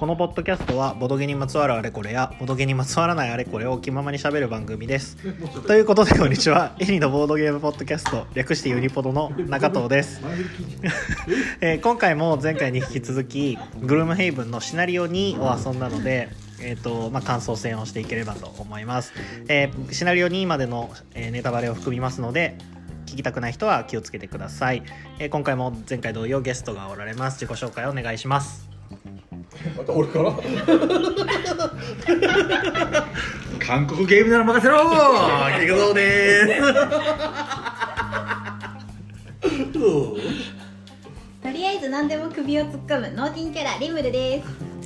このポッドキャストはボドゲにまつわるあれこれやボドゲにまつわらないあれこれを気ままに喋る番組です。ということでこんにちは。エニのボードゲームポッドキャスト略してユニポドの中藤です。今回も前回に引き続きグルームヘイブンのシナリオ2を遊んだので感想戦をしていければと思います。シナリオ2までのネタバレを含みますので聞きたくない人は気をつけてください。今回も前回同様ゲストがおられます。自己紹介をお願いします。 また俺から韓国ゲームなら任せろー菊蔵でーすとりあえず何でも首を突っ込む脳筋キャラリムルです。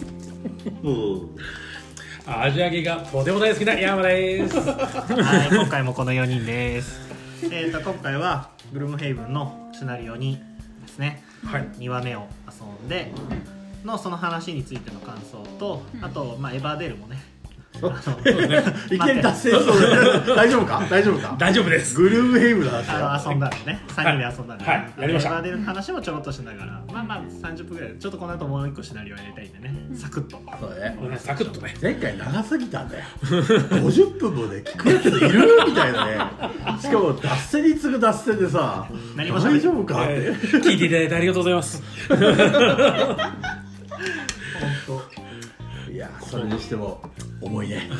アジアゲがとても大好きな山です。 はい、今回もこの4人です。今回はグルームヘイブンのシナリオ2ですね、はい、2話目を遊んでのその話についての感想と、あと、エヴァーデールもねいきなり達成そうで大丈夫か大丈夫か。 大丈夫です。 グルームヘイブンの話遊んだのね、3人で遊んだのね、 はい、やりました。 エヴァーデールの話もちょろっとしながら30分ぐらいでちょっとこの後もう1個シナリオを入れたいんでね、サクッとそうね、 サクッとね。 前回長すぎたんだよ50分もで聞くやついるみたいなね。しかも脱線に次ぐ脱線でさ、大丈夫かって、 聞いていただいてありがとうございますいや、それにしても重いね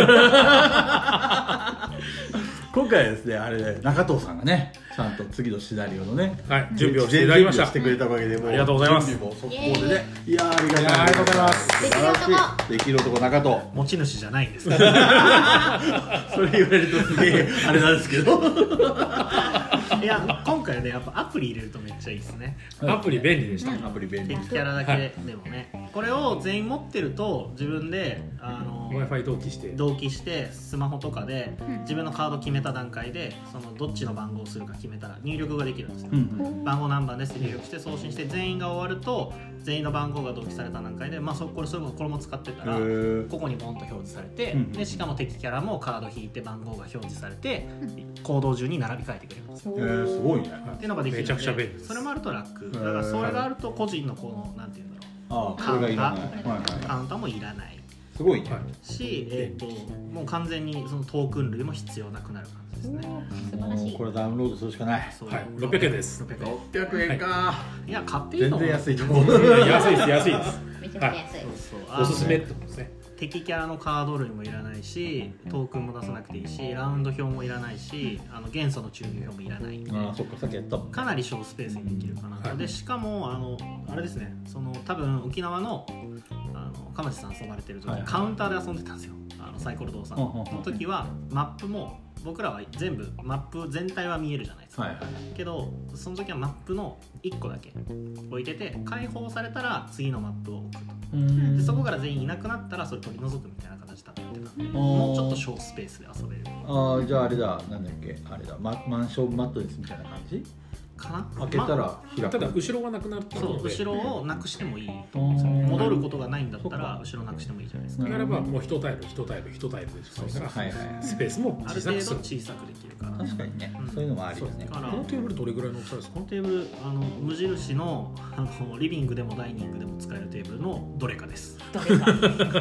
今回はですね、あれね、中藤さんがねちゃんと次のシナリオのね、 はい、準備をしていただきました。 してくれたおかげでもうありがとうございます。 準備も速攻でね、いやー、ありがとうございます。 できる男、 できる男中藤、 持ち主じゃないんですかそれ言われるとすげえあれなんですけどいや、今回ね、やっぱアプリ入れるとめっちゃいいですね。 アプリ便利でした。 アプリ便利。 敵キャラだけでもね、これを全員持ってると自分で Wi-Fi 同期してスマホとかで自分のカード決めた段階でそのどっちの番号をするか決めたら入力ができるんですよ、番号何番ですって入力して送信して、全員が終わると全員の番号が同期された段階で、これも使ってたらここにボンと表示されて、でしかも敵キャラもカード引いて番号が表示されて行動順に並び替えてくれるんですよ。 すごいね。 っていうのができるので、 めちゃくちゃ便利です。 それもあると楽だから、それがあると個人のこのなんていうんだろう、カウンターもいらない。 すごいね。 し、もう完全にそのトークン類も必要なくなる感じですね。 素晴らしい。 これダウンロードするしかない。 はい、600円です。 600円か。 いや、買っていいの？ 全然安いと思う。 安いです、安いです。 めちゃくちゃ安い。 おすすめってことですね。 敵キャラのカード類もいらないし、トークンも出さなくていいし、ラウンド表もいらないし、元素の注入表もいらない。 そっか、さっきやったもん。 かなり小スペースにできるかなと。でしかもあれですね、その多分沖縄の鎌地さん遊ばれてる時にカウンターで遊んでたんですよ。サイコロ堂さんの時はマップも僕らは全部マップ全体は見えるじゃないですか、けどその時はマップの1個だけ置いてて、開放されたら次のマップを置くと、でそこから全員いなくなったらそれ取り除くみたいな形だったんで、もうちょっと小スペースで遊べる。 じゃああれだ、なんだっけ、あれだ、マンションマットレスみたいな感じかな。 開けたら開く。 ただ後ろはなくなったので、 後ろをなくしてもいいと思うんですよね。戻ることがないんだったら後ろなくしてもいいじゃないですか。 ならばもう1タイルで使うから、スペースもある程度小さくできるから。 確かにね、そういうのもありよね。 このテーブルどれぐらいの大きさですか？ このテーブル無印のリビングでもダイニングでも使えるテーブルのどれかです。 どれか。 サイズがどれ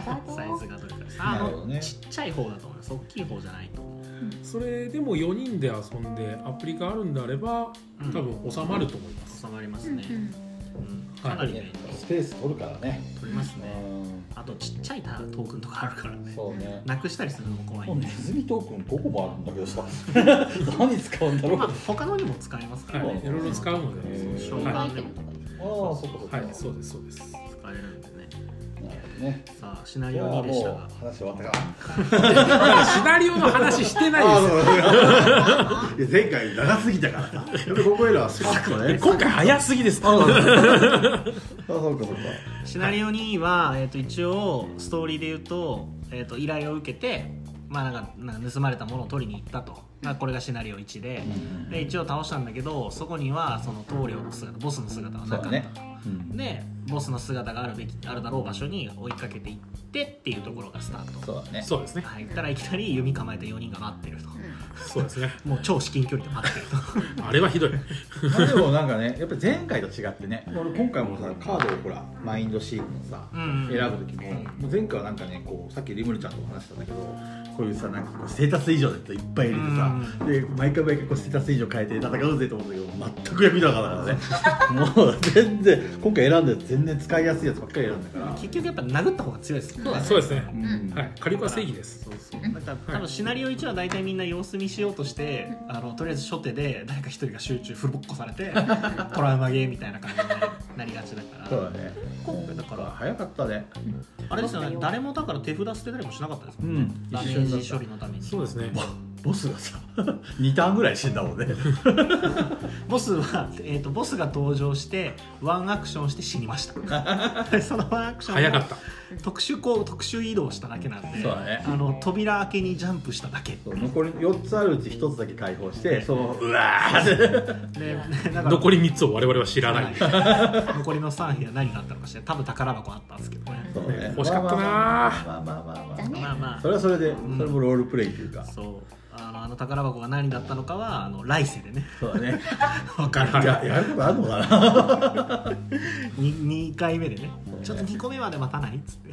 かです。ちっちゃい方だと思います。大きい方じゃないと思う。 それでも4人で遊んでアプリがあるんであれば多分収まると思います。 収まりますね。かなりね、 スペース取るからね。 取りますね。あとちっちゃいトークンとかあるからね。 そうね。 なくしたりするのも怖いんで。 ネズミトークン5個もあるんだけどさ、何使うんだろう。 他のにも使えますからね。 いろいろ使うので。 召喚でも。 そうか。 はい、そうです。 使えるんでね。 ね、 さあシナリオ2でしたが、 話終わったかシナリオの話してないですよ前回長すぎたからさ、ここへはスパッとね、 今回早すぎです。 そうか。 シナリオ2は、一応ストーリーで言うと、依頼を受けて、なんか盗まれたものを取りに行ったと、これがシナリオ1で、で一応倒したんだけど、そこにはその棟梁の姿、ボスの姿はなかったと、でボスの姿があるだろう場所に追いかけていってっていうところがスタート。 そうだね。 そうですね。 はい、行ったらいきなり弓構えて4人が待ってると、 そうですね。 もう超至近距離で待ってるとあれはひどい。 まあでもなんかね、やっぱり前回と違ってね、俺今回もさカードをほらマインドシークのさ、 うん選ぶ時も前回はなんかねこうさっきリムルちゃんと話したんだけど、こういうさなんかこうステータス以上のやついっぱい入れてさ、で毎回毎回こうステータス以上変えて戦うぜと思うんだけど全く役に立たなかったからね。もう全然今回選んだやつ全然使いやすいやつばっかり選んだから。 結局やっぱ殴った方が強いですよね。 そうですね。 うんはい。火力は正義です。 そうそうだから多分シナリオ1は大体みんな様子見しようとしてとりあえず初手で誰か一人が集中フルボッコされてトラウマゲーみたいな感じになりがちだから。 そうだね。 今回だから早かったね。 あれですよね、誰もだから手札捨てたりもしなかったですもんね、 うんダメージ処理のために。 そうですね。 ボスがさ2ターンぐらい死んだもんね。 ボスは、ボスが登場してワンアクションして死にましたそのワンアクション早かった。 特殊移動しただけなんで、 そうだね。 扉開けにジャンプしただけ残り4つあるうち1つだけ解放してそのうわーってでだから残り3つを我々は知らない。 残りの3部屋何があったのかしら。多分宝箱あったんですけどね。 そうね欲しかったなまあまあまあまあだねまあまあそれはそれでそれもロールプレイというかそうあの宝箱が何だったのかは来世でねそうだね分かるやることあるのかな。 2回目でねちょっと2個目まで待たないっつって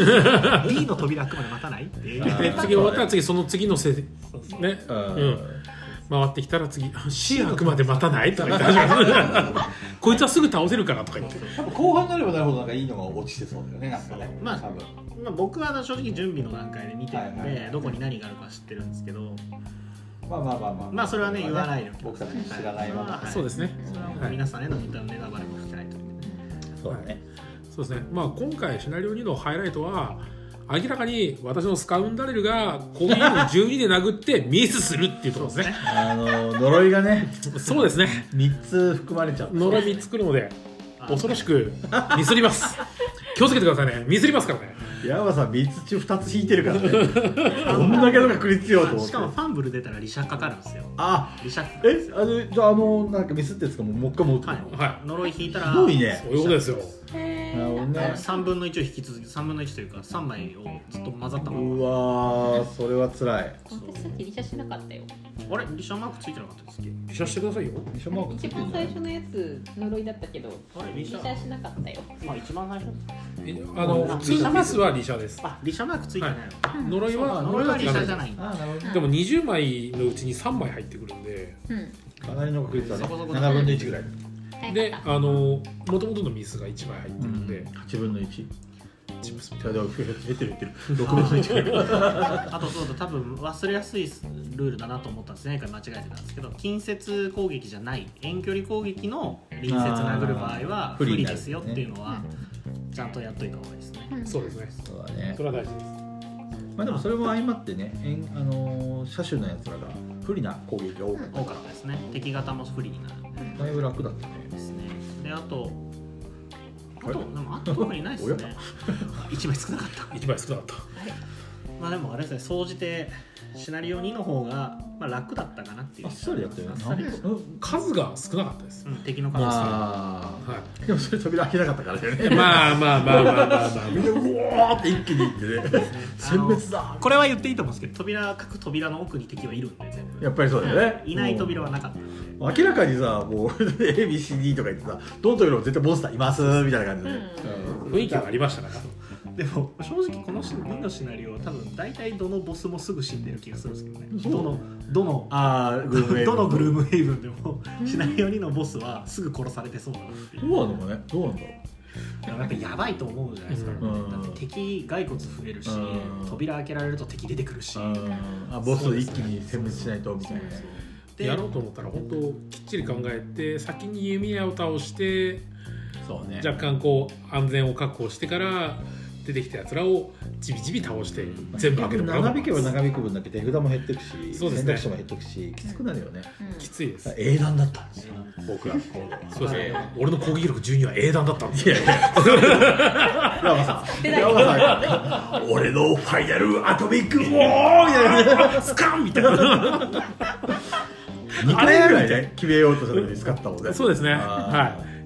B の扉開くまで待たないっていうあーで次終わったら次その次のね、 うん回ってきたら次 C 開くまで待たないとか言って始まる。こいつはすぐ倒せるからとか言って。 後半になればなるほどなんかいいのが落ちてそうだよねなんかねまあ多分まあ、僕は正直準備の段階で見てるんで、 はいはいはいどこに何があるか知ってるんですけどまあまあまあまあまあそれはね言わないで僕たち知らないままはいそうですね。 それはもう皆さんへのネタバレも聞かないといけない。 そうだねそうですね。まあ今回シナリオ2のハイライトは明らかに私のスカウンダレルが攻撃を12で殴ってミスするっていうところですね。 呪いがねそうですね。 3つ含まれちゃう呪い3つくるので恐ろしくミスります。気をつけてくださいね。ミスりますからね。 山さん3つ中2つ引いてるからねどんだけの確率よと思ってしかもファンブル出たら利者かかるんですよ。 あ利者じゃあなんかミスってやつかもう一回戻ってくはるのい、 は呪い引いたらすごいねそういうことですよ。 なるほどね 3分の1を引き続き3分の1というか3枚をずっと混ざったまま。 うわーそれは辛い私さっきリシャしなかったよ。 あれ利者マークついてなかったですっけ？ 利者してくださいよ。 一緒マークつい一てる番最初のやつ呪いだったけどあれリシャしなかったよ。 まあ一番最初普通のミスは利者です。 あ利者マークついてないの、 呪いは呪いは利者じゃい。 ない。 あーなるほどでも20枚のうちに3枚入ってくるんで、 うん。 かなりの確率はねそこそこ 7分の1ぐらいでもともとのミスが1枚入ってるんで、 8分の1 チップスみいやでも減ってる6分の1ぐらいあとそうだ多分忘れやすいルールだなと思ったんですね。前回間違えてたんですけど近接攻撃じゃない遠距離攻撃の隣接殴る場合は不利ですよっていうのはちゃんとやっといた方がいいですね。 そうですね。 そうだねそれは大事です。 まあでもそれも相まってね車種のやつらが不利な攻撃が多かっ多かったですね。敵型も不利になるんでただいぶ楽だったねですね。であとあれでもあと特にないですね。1枚少なかった。 1枚少なかった。 まあでもあれですね、総じてシナリオ2の方がまあ楽だったかなっていう。 あっさりやったよねあっさり数が少なかったです。 敵の数があはあでもそれ扉開けなかったからだよい。 ねまあまあまあまあまあまあ。 みんなうおーって一気にいってね殲滅だこれは言っていいと思うんですけど、各扉の奥に敵はいるんで全部。 やっぱりそうだよねいない扉はなかったんで。 明らかにさもう ABCD とか言ってさどの扉も絶対モンスターいますみたいな感じでね雰囲気がありましたから。 でも正直この2のシナリオは多分大体どのボスもすぐ死んでる気がするんですけどね。 そうどのグルームエイブどのグルームヘイブンでもシナリオ2のボスはすぐ殺されてそうだなっていう。 どうなのかねどうなんだろやっぱやばいと思うじゃないですか、 うんだって敵骸骨増えるし、 うん扉開けられると敵出てくるし、 うボス一気に殲滅しないとみたいなねでやろうと思ったら本当きっちり考えて先に弓矢を倒してそうね若干こう安全を確保してから出てきたやつらをじびじび倒して全部開けてもらう。 長引けば長引く分だけ手札も減ってくし、 そうですね選択肢も減ってくしきつくなるよね、 きついです。 英断だったんですよ僕らの行動そうですね。俺の攻撃力12は英断だったんですよ。 山さん山さん俺のファイナルアトミックウォーみたいなスカンみたいな。 2回ぐらいね決めようとした時に使ったもんねそうですね。 あーはい。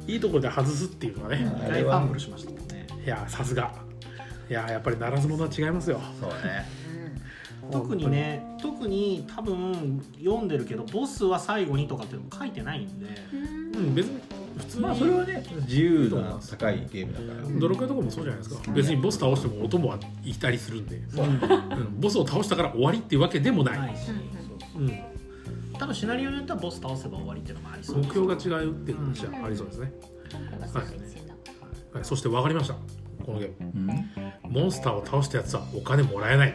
いいところで外すっていうのがね、 大ファンブルしましたもんね。 いやさすが、いややっぱりならず者は違いますよ。 そうね。 特に多分読んでるけどボスは最後にとかっていうのも書いてないんで、 別に普通に、 まあそれはね自由度の高いゲームだから。 ドラクエとかもそうじゃないですか。別にボス倒してもお供はいたりするんで、ボスを倒したから終わりっていうわけでもない。 ないし、多分シナリオによってはボス倒せば終わりっていうのもありそう目です。 標が違うっていう話はありそうですね。はい、そして分かりました。このゲーム、モンスターを倒したやつはお金もらえない。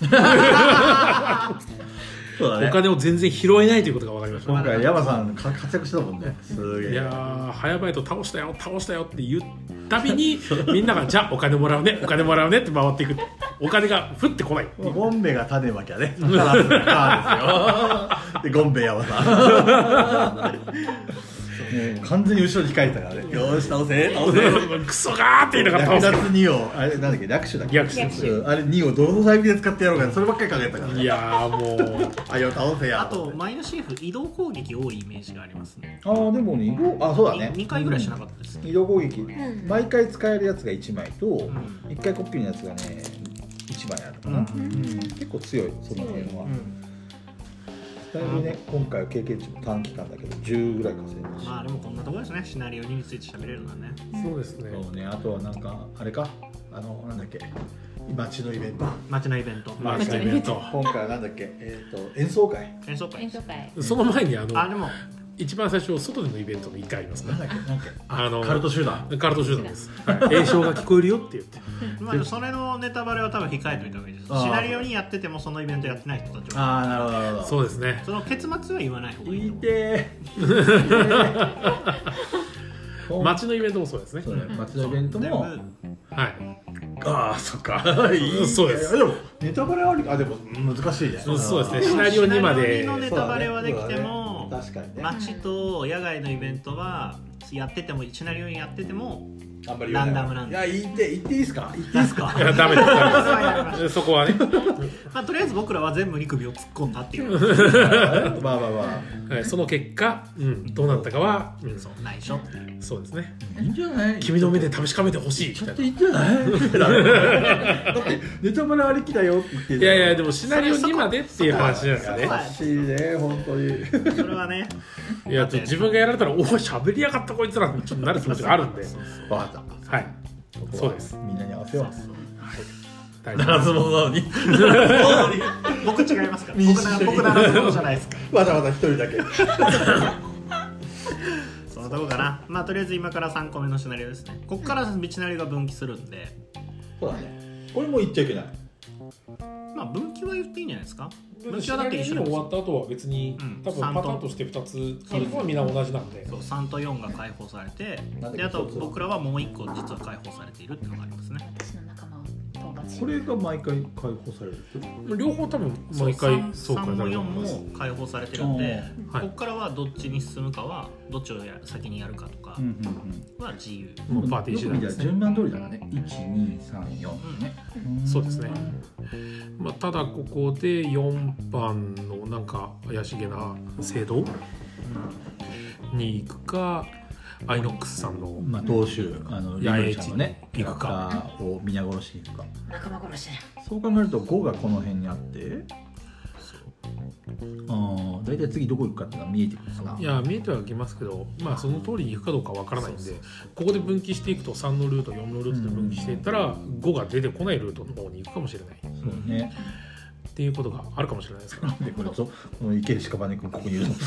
そうだね。 お金を全然拾えないということが分かりました。 今回山さん活躍したもんね。すげえ。 いやー早々と倒したよって言うたびにみんながじゃあお金もらうねって回っていく。お金が降ってこない。 ゴンベが種まきゃね。カーですよ。でゴンベ山さん。完全に後ろに控えたからね。よーし倒せ。 クソがーって言いながら倒す。 略奪2をあれなんだっけ略取だっけ。 略取あれ2をどのタイミングで使ってやろうかそればっかり考えたからね。 いやーもうあよ倒せや。 あとマイナシーフ移動攻撃多いイメージがありますね。 あーでもねそうだね。 2回ぐらいしなかったですね。 移動攻撃毎回使えるやつが1枚と1回コピーのやつがね1枚あるかな。結構強いその辺は。だいぶね今回は経験値も短期間だけど10ぐらい稼いでるし。 まあでもこんなところですね。シナリオ2について喋れるのはね。 そうですね。 そうね。あとはなんかあれかなんだっけ街のイベント。 街のイベント。 マーチのイベント。 今回はなんだっけ演奏会。 演奏会。 その前にあでも一番最初外でのイベントの1回ありますね。 なんだっけカルト集団。 カルト集団です。栄唱が聞こえるよって言って。 まあそれのネタバレは多分控えておいた方がいいです。シナリオにやっててもそのイベントやってない人たちは。 ああなるほどなるほど。 そうですね。 その結末は言わない方がいい。 いてー。街のイベントもそうですね。 街のイベントもはい。 ああそっか。 そうです。 でもネタバレありでも難しいね。 そうですね。シナリオ2まで。 シナリオ2のネタバレはできても、 確かにね。 街と野外のイベントはやっててもシナリオにやっててもあんまりランダムなんで。 いや言っていいですか。言っていいですか。 いやダメです。そこはね。 まあとりあえず僕らは全部に首を突っ込んだっていう。 まあまあまあ。 その結果、どうなったかは、 そう内緒。 そうですね。 いいんじゃない。 君の目で試しかめてほしい。 ちょっといいんじゃない。だってネタバレありきだよって言って。 いやいやでもシナリオ2までっていう話じゃないですかね。 優しいね本当に。 それはね。 いや自分がやられたらおお喋りやがったこいつらってちょっとなる気持ちがあるんで。 分かった。 はい。そうです。 みんなに合わせよう。 大ならず者なのに。 僕違いますから。僕ならず者じゃないですか。 わざわざ一人だけ。 そのとこかな。まあとりあえず今から3個目のシナリオですね。ここから道なりが分岐するんで。 そうだね。これも言っちゃいけない。 まあ分岐は言っていいんじゃないですか。分岐シナリオ2終わった後は別に多分パターンとして2つあるのはみんな同じなんで。 そう3と4が解放されて、であと僕らはもう1個実は解放されているっていうのがありますね。 私の仲間を討伐。 これが毎回解放される。 両方多分毎回そう 3も4 かなると思います。 も解放されてるんで、 はいここからはどっちに進むかはどっちを先にやるかとかは自由。 もうパーティー次第ですね。 順番通りだね。1、2、3、4ね。 そうですね。まあただここで4番のなんか怪しげな聖堂に行くか、アイノックスさんのまあ同州リムルちゃんのね行くかを皆殺しに行くか。 仲間殺しだよ。 そう考えると5がこの辺にあって、だいたい次どこ行くかっていうのは見えてくるかな。 いや見えてはきますけど、まあその通りに行くかどうかわからないんで、ここで分岐していくと3のルート4のルートで分岐していったら5が出てこないルートの方に行くかもしれないそうね。 っていうことがあるかもしれないですから。 でこれこの生ける屍君ここにいるの。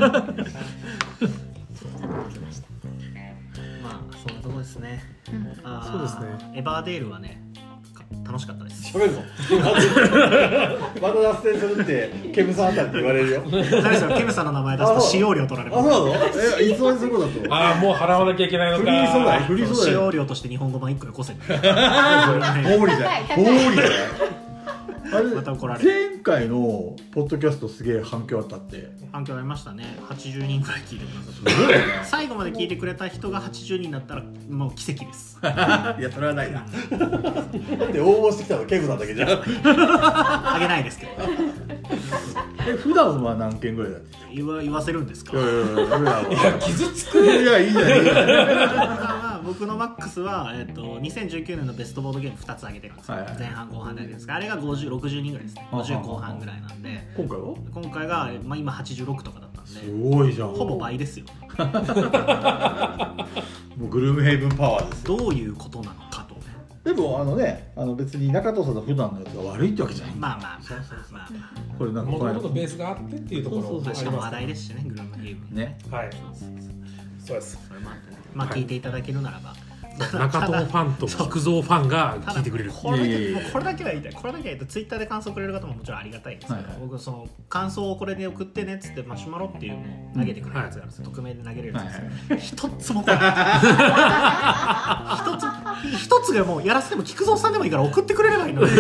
まあそんなとこですね。 そうですね。 エバーデールはね楽しかったです。 喋るぞ。また脱線するってケムさんあたりって言われるよ。 何それケムさんの名前出すと使用料取られます。 そうなの？いつまですることだと。 ああもう払わなきゃいけないのか。 フリー素材フリー素材。 使用料として日本語版1個よこせ。 暴利だよ。暴利だよ。あれまた怒られる。 前回のポッドキャストすげえ反響あったって。 反響ありましたね。80人くらい聞いてくださって。 すごいね。 最後まで聞いてくれた人が80人だったらもう奇跡です。 いやそれはないな。だって応募してきたのケムさんだけじゃん。 あげないですけど。 普段は何件ぐらいだって言わせるんですか？ いや傷つくいやいいじゃないいいじゃない僕のマックスは、2019年のベストボードゲーム2つ上げてるんですよ、 はいはい前半後半で上げてるんですが、あれが60人ぐらいですね。50後半ぐらいなんで、 今回は今回が、今86とかだったんすで、 ごいじゃんほぼ倍ですよ。 もうグルームヘイブンパワーです。 どういうことなのかと。 でも別に中藤さんの普段のやつが悪いってわけじゃない。 まあまあまあこれなんかもともとベースがあってっていうところそうそうそうしかも話題ですしね、グルームヘイブンね。 はいそうですそれもあってね、まあ聞いていただけるならば、 中藤ファンと菊蔵ファンが聞いてくれる。 これだけいやいやいやもうこれだけは言いたい。これだけは言いたい。ツイッターで感想くれる方ももちろんありがたいんですけど、 はいはい僕その感想をこれで送ってねっつってマシュマロっていうのを投げてくれるやつがあるんですよ。匿名で投げれるやつですよ。一つも来ない。一つがもうやらせても菊蔵さんでもいいから送ってくれればいいのに。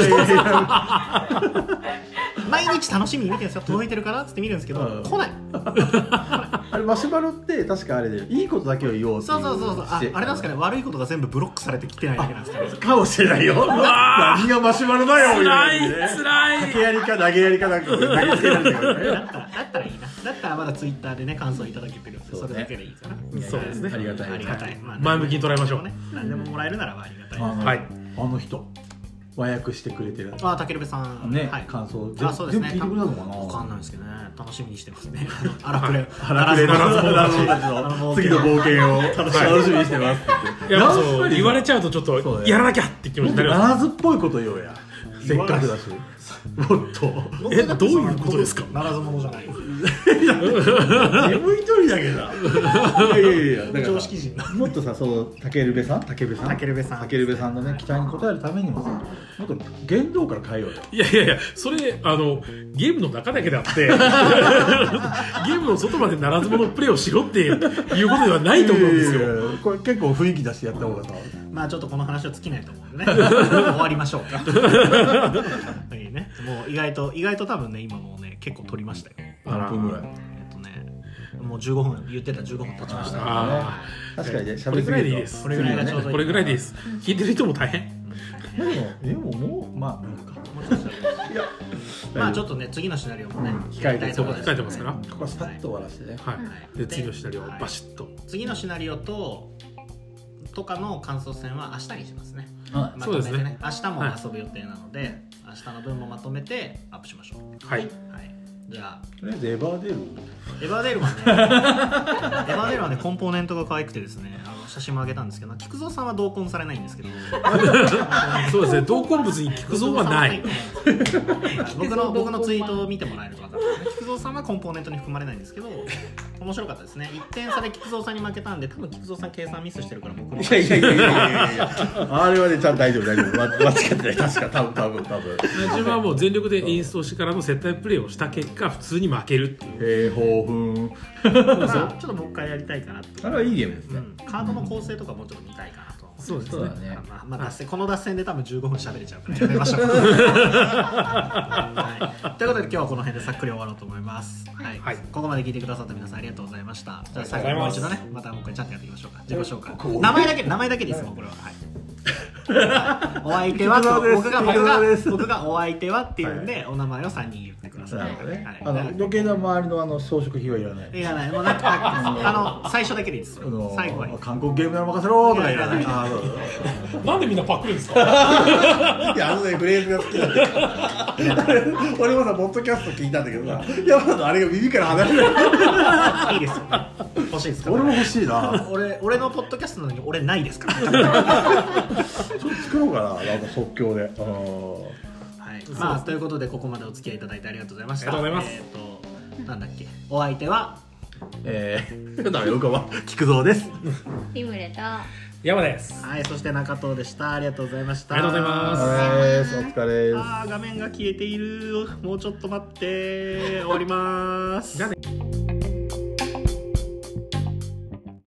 毎日楽しみに見てるんですよ。届いてるかなっつって見るんですけど、 うん来ない。 あれマシュマロって確かあれでいいことだけを言おうっていうそうあれなんですかね、悪いことが全部ブロックされてきてないだけなんですかね。 かもしれないよ。何がマシュマロだよみたいなね。 辛い竹やりか投げやりかなんか投げつけられてるからね。 だったらいいな。だったらまだツイッターでね感想いただけてるんで、それだけでいいかな。 そうですねありがたいありがたい。まあ前向きに捉えましょうね。何でももらえるならばありがたい。 はいあの人和訳してくれてるたけるべさんね、 はい、 感想そうですね。 全部聞いてくれたのかな。 わかんないですけどね。楽しみにしてますね。荒くれ腹くれならず者たちの次の冒険を楽しみにしてますって言って。 いやそう言われちゃうとちょっとそうだよやらなきゃって気持ちになりなまらずっぽいこと言おうや。せっかくだし。もっと。 どういうことですか？ ならず者じゃない。 自分一人だけだ。いやだから常識人。 もっとさ、そのたけるべさんのね期待に応えるためにもさ、もっと言動から変えようよ。 いやそれゲームの中だけであってゲームの外までならず者プレイをしろっていうことではないと思うんですよ。 これ結構雰囲気出してやった方がさ。 まあちょっとこの話は尽きないと思うんでね。終わりましょうか。いいね。もう意外と多分ね今もうね結構撮りましたよ。 何分ぐらい。 もう15分言ってた15分経ちました。 確かにね、 これぐらいでいいです。 これぐらいがちょうどいい。 これぐらいでいいです。聞いてる人も大変。 でももうまあいやまあちょっとね次のシナリオもね控えて控えてますから。 ここはスパッと終わらせてね。 はい。で次のシナリオをバシッと。 次のシナリオとかの感想戦は明日にしますね。 はまとめてね。明日も遊ぶ予定なので、明日の分もまとめてアップしましょう。 はい。 はい。じゃあとりあえずエバーデール。 エバーデールはねコンポーネントが可愛くてですね、写真もあげたんですけど、菊蔵さんは同梱されないんですけどそうですね、同梱物に菊蔵はない。 僕のツイートを見てもらえると分かる。菊蔵さんはコンポーネントに含まれないんですけど、面白かったですね。1点差で菊蔵さんに負けたんで、多分菊蔵さん計算ミスしてるから僕もいやあれはねちゃんと大丈夫間違ってない。確か多分自分はもう全力でインストしてからの接待プレイをした結果普通に負けるっていう。 興奮。 ちょっともう一回やりたいかなと。 あれはいいゲームですね。 カードの構成とかもうちょっと見たいかなと。 そうですね。 まあこの脱線で多分15分喋れちゃうからやめましょう。ということで今日はこの辺でさっくり終わろうと思います。はい。ここまで聞いてくださった皆さんありがとうございました。じゃあ最後もう一度ね、またもう一回ちゃんとやっていきましょうか。自己紹介。名前だけでいいですもんこれは。はい。お相手は僕がお相手はっていうんでお名前を3人言ってください。 余計な周りの装飾費はいらない。 いらない。もうなんか最初だけでいいです。最後は韓国ゲームなら任せろとかいらない。 なんでみんなパクるんですか？ いやフレーズが好きなんで。俺もさポッドキャスト聞いたんだけどさ、山田のあれが耳から離れない。 いいですよ。欲しいですか？ 俺も欲しいな。 俺のポッドキャストなのに俺ないですから。 ちょっと作ろうかな、なんか即興で。はい。 まあということでここまでお付き合いいただいてありがとうございました。 ありがとうございます。 なんだっけ。お相手はダメよかは菊蔵です。 リムレと山です。 はい、そして中藤でした。ありがとうございました。 ありがとうございます。 お疲れです。 画面が消えている。もうちょっと待って。終わります。 じゃあね。